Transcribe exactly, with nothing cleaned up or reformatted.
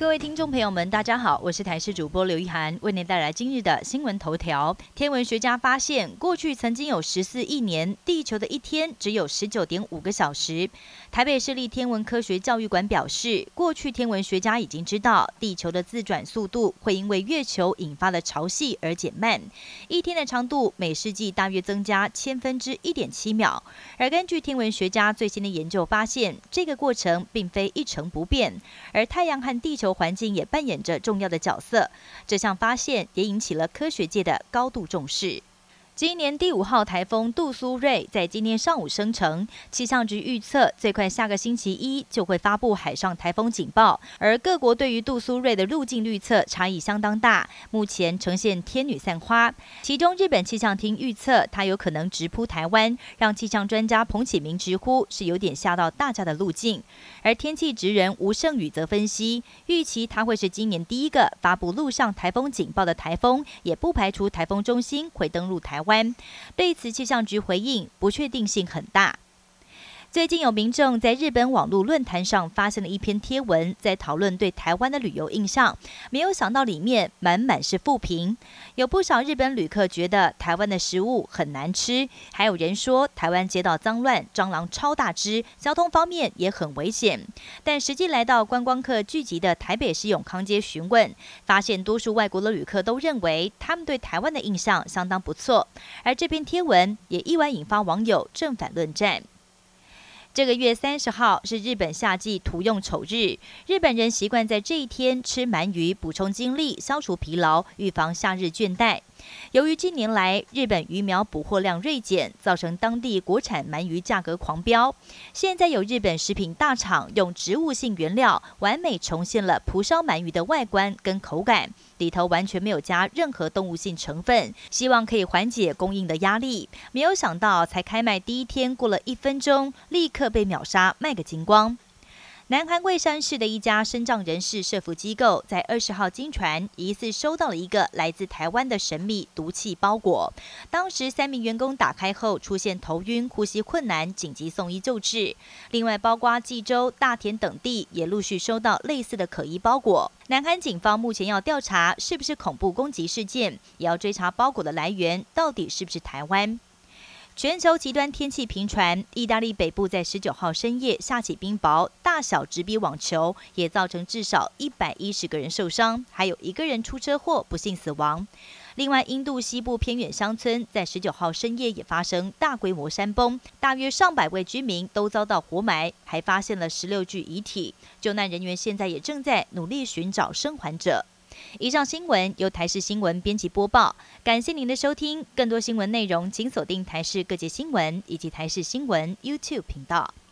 各位听众朋友们，大家好，我是台视主播刘一涵，为您带来今日的新闻头条。天文学家发现，过去曾经有十四亿年，地球的一天只有十九点五个小时。台北市立天文科学教育馆表示，过去天文学家已经知道，地球的自转速度会因为月球引发的潮汐而减慢，一天的长度每世纪大约增加千分之一点七秒。而根据天文学家最新的研究发现，这个过程并非一成不变，而太阳和地球环境也扮演着重要的角色。这项发现也引起了科学界的高度重视。今年第五号台风杜苏芮在今天上午生成，气象局预测最快下个星期一就会发布海上台风警报，而各国对于杜苏芮的路径预测差异相当大，目前呈现天女散花。其中日本气象厅预测它有可能直扑台湾，让气象专家彭启明直呼是有点吓到大家的路径。而天气职人吴胜宇则分析，预期它会是今年第一个发布陆上台风警报的台风，也不排除台风中心会登陆台湾。对此，气象局回应不确定性很大。最近有民众在日本网络论坛上发现了一篇贴文，在讨论对台湾的旅游印象，没有想到里面满满是负评。有不少日本旅客觉得台湾的食物很难吃，还有人说台湾街道脏乱，蟑螂超大只，交通方面也很危险。但实际来到观光客聚集的台北市永康街询问，发现多数外国的旅客都认为他们对台湾的印象相当不错，而这篇贴文也意外引发网友正反论战。这个月三十号是日本夏季土用丑日，日本人习惯在这一天吃鳗鱼，补充精力，消除疲劳，预防夏日倦怠。由于近年来日本鱼苗捕获量锐减，造成当地国产鳗鱼价格狂飙。现在有日本食品大厂用植物性原料，完美重现了蒲烧鳗鱼的外观跟口感，里头完全没有加任何动物性成分，希望可以缓解供应的压力。没有想到，才开卖第一天，过了一分钟，立刻被秒杀，卖个精光。南韩蔚山市的一家身障人士社福机构在二十号经传，疑似收到了一个来自台湾的神秘毒气包裹。当时三名员工打开后出现头晕、呼吸困难，紧急送医救治。另外，包括济州、大田等地也陆续收到类似的可疑包裹。南韩警方目前要调查是不是恐怖攻击事件，也要追查包裹的来源到底是不是台湾。全球极端天气频传，意大利北部在十九号深夜下起冰雹，大小直逼网球，也造成至少一百一十个人受伤，还有一个人出车祸不幸死亡。另外，印度西部偏远乡村在十九号深夜也发生大规模山崩，大约上百位居民都遭到活埋，还发现了十六具遗体。救难人员现在也正在努力寻找生还者。以上新闻由台视新闻编辑播报，感谢您的收听。更多新闻内容，请锁定台视各界新闻以及台视新闻 YouTube 频道。